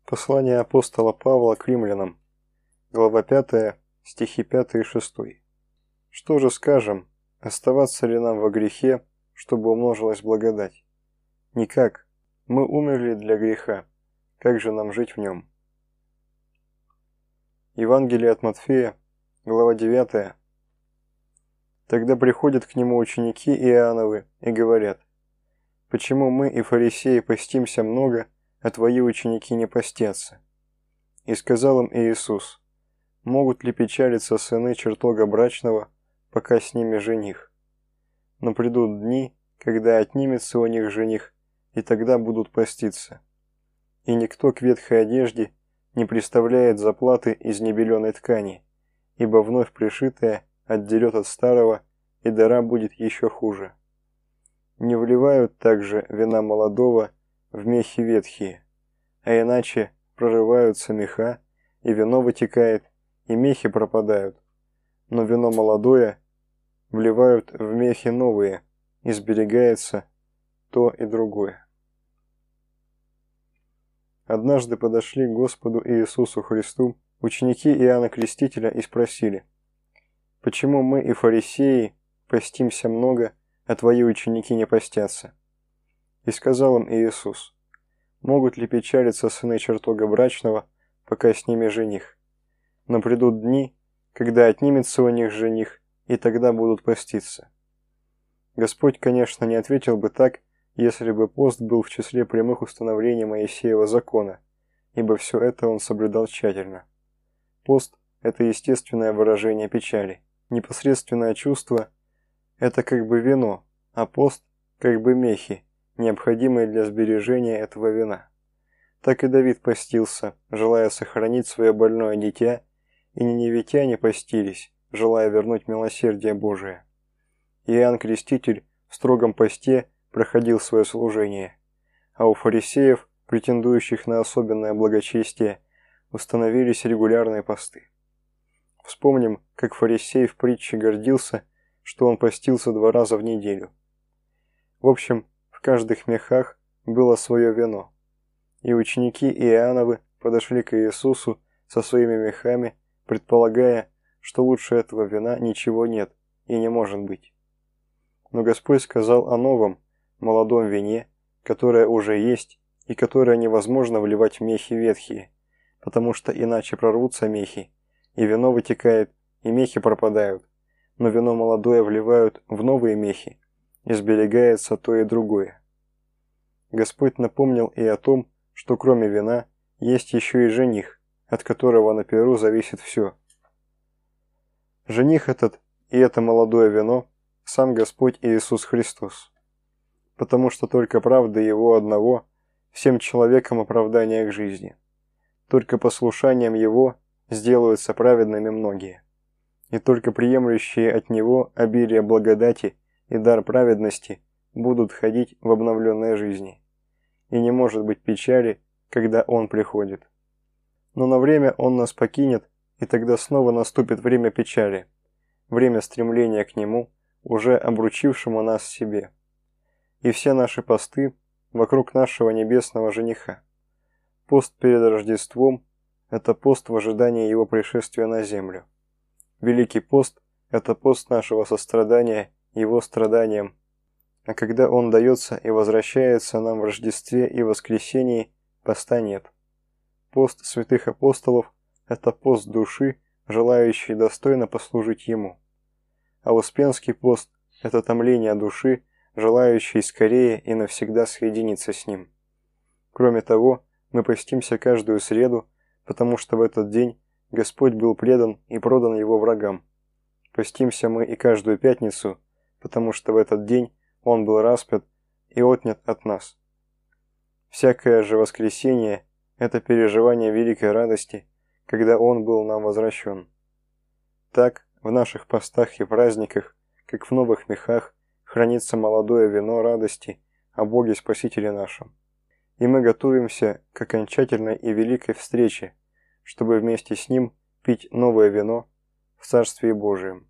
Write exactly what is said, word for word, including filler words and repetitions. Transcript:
Послание апостола Павла к римлянам, глава пятая, стихи пятый и шестой. Что же скажем, оставаться ли нам во грехе, чтобы умножилась благодать? Никак, мы умерли для греха, как же нам жить в нем? Евангелие от Матфея, глава девятая. Тогда приходят к нему ученики Иоанновы и говорят: «Почему мы и фарисеи постимся много, а твои ученики не постятся?» И сказал им Иисус: «Могут ли печалиться сыны чертога брачного, пока с ними жених? Но придут дни, когда отнимется у них жених, и тогда будут поститься. И никто к ветхой одежде не приставляет заплаты из небеленой ткани, ибо вновь пришитая отдерет от старого, и дыра будет еще хуже. Не вливают также вина молодого в мехи ветхие, а иначе прорываются меха, и вино вытекает, и мехи пропадают. Но вино молодое вливают в мехи новые, и сберегается то и другое». Однажды подошли к Господу Иисусу Христу ученики Иоанна Крестителя и спросили: «Почему мы и фарисеи постимся много, а твои ученики не постятся?» И сказал им Иисус: «Могут ли печалиться сыны чертога брачного, пока с ними жених? Но придут дни, когда отнимется у них жених, и тогда будут поститься». Господь, конечно, не ответил бы так, если бы пост был в числе прямых установлений Моисеева закона, ибо все это он соблюдал тщательно. Пост – это естественное выражение печали. Непосредственное чувство – это как бы вино, а пост – как бы мехи, необходимые для сбережения этого вина. Так и Давид постился, желая сохранить свое больное дитя, и ниневитяне постились, желая вернуть милосердие Божие. Иоанн Креститель в строгом посте проходил свое служение, а у фарисеев, претендующих на особенное благочестие, установились регулярные посты. Вспомним, как фарисей в притче гордился, что он постился два раза в неделю. В общем, в каждых мехах было свое вино, и ученики Иоанновы подошли к Иисусу со своими мехами, предполагая, что лучше этого вина ничего нет и не может быть. Но Господь сказал о новом, молодом вине, которое уже есть и которое невозможно вливать в мехи ветхие, потому что иначе прорвутся мехи, и вино вытекает, и мехи пропадают, но вино молодое вливают в новые мехи, и сберегается то и другое. Господь напомнил и о том, что кроме вина есть еще и жених, от которого на перу зависит все. Жених этот и это молодое вино – сам Господь Иисус Христос, потому что только правда Его одного всем человекам оправдание к жизни. Только послушанием Его сделаются праведными многие, и только приемлющие от Него обилие благодати и дар праведности будут ходить в обновленной жизни. И не может быть печали, когда Он приходит. Но на время Он нас покинет, и тогда снова наступит время печали, время стремления к Нему, уже обручившему нас себе. И все наши посты вокруг нашего небесного жениха. Пост перед Рождеством – это пост в ожидании Его пришествия на землю. Великий пост – это пост нашего сострадания Его страданиям. А когда Он дается и возвращается нам в Рождестве и воскресении, поста нет. Пост святых апостолов – это пост души, желающей достойно послужить Ему. А Успенский пост – это томление души, желающей скорее и навсегда соединиться с Ним. Кроме того, мы постимся каждую среду, потому что в этот день Господь был предан и продан Его врагам. Постимся мы и каждую пятницу, потому что в этот день Он был распят и отнят от нас. Всякое же воскресенье – это переживание великой радости, когда Он был нам возвращен. Так, в наших постах и праздниках, как в новых мехах, хранится молодое вино радости о Боге Спасителе нашем. И мы готовимся к окончательной и великой встрече, чтобы вместе с Ним пить новое вино в Царстве Божием.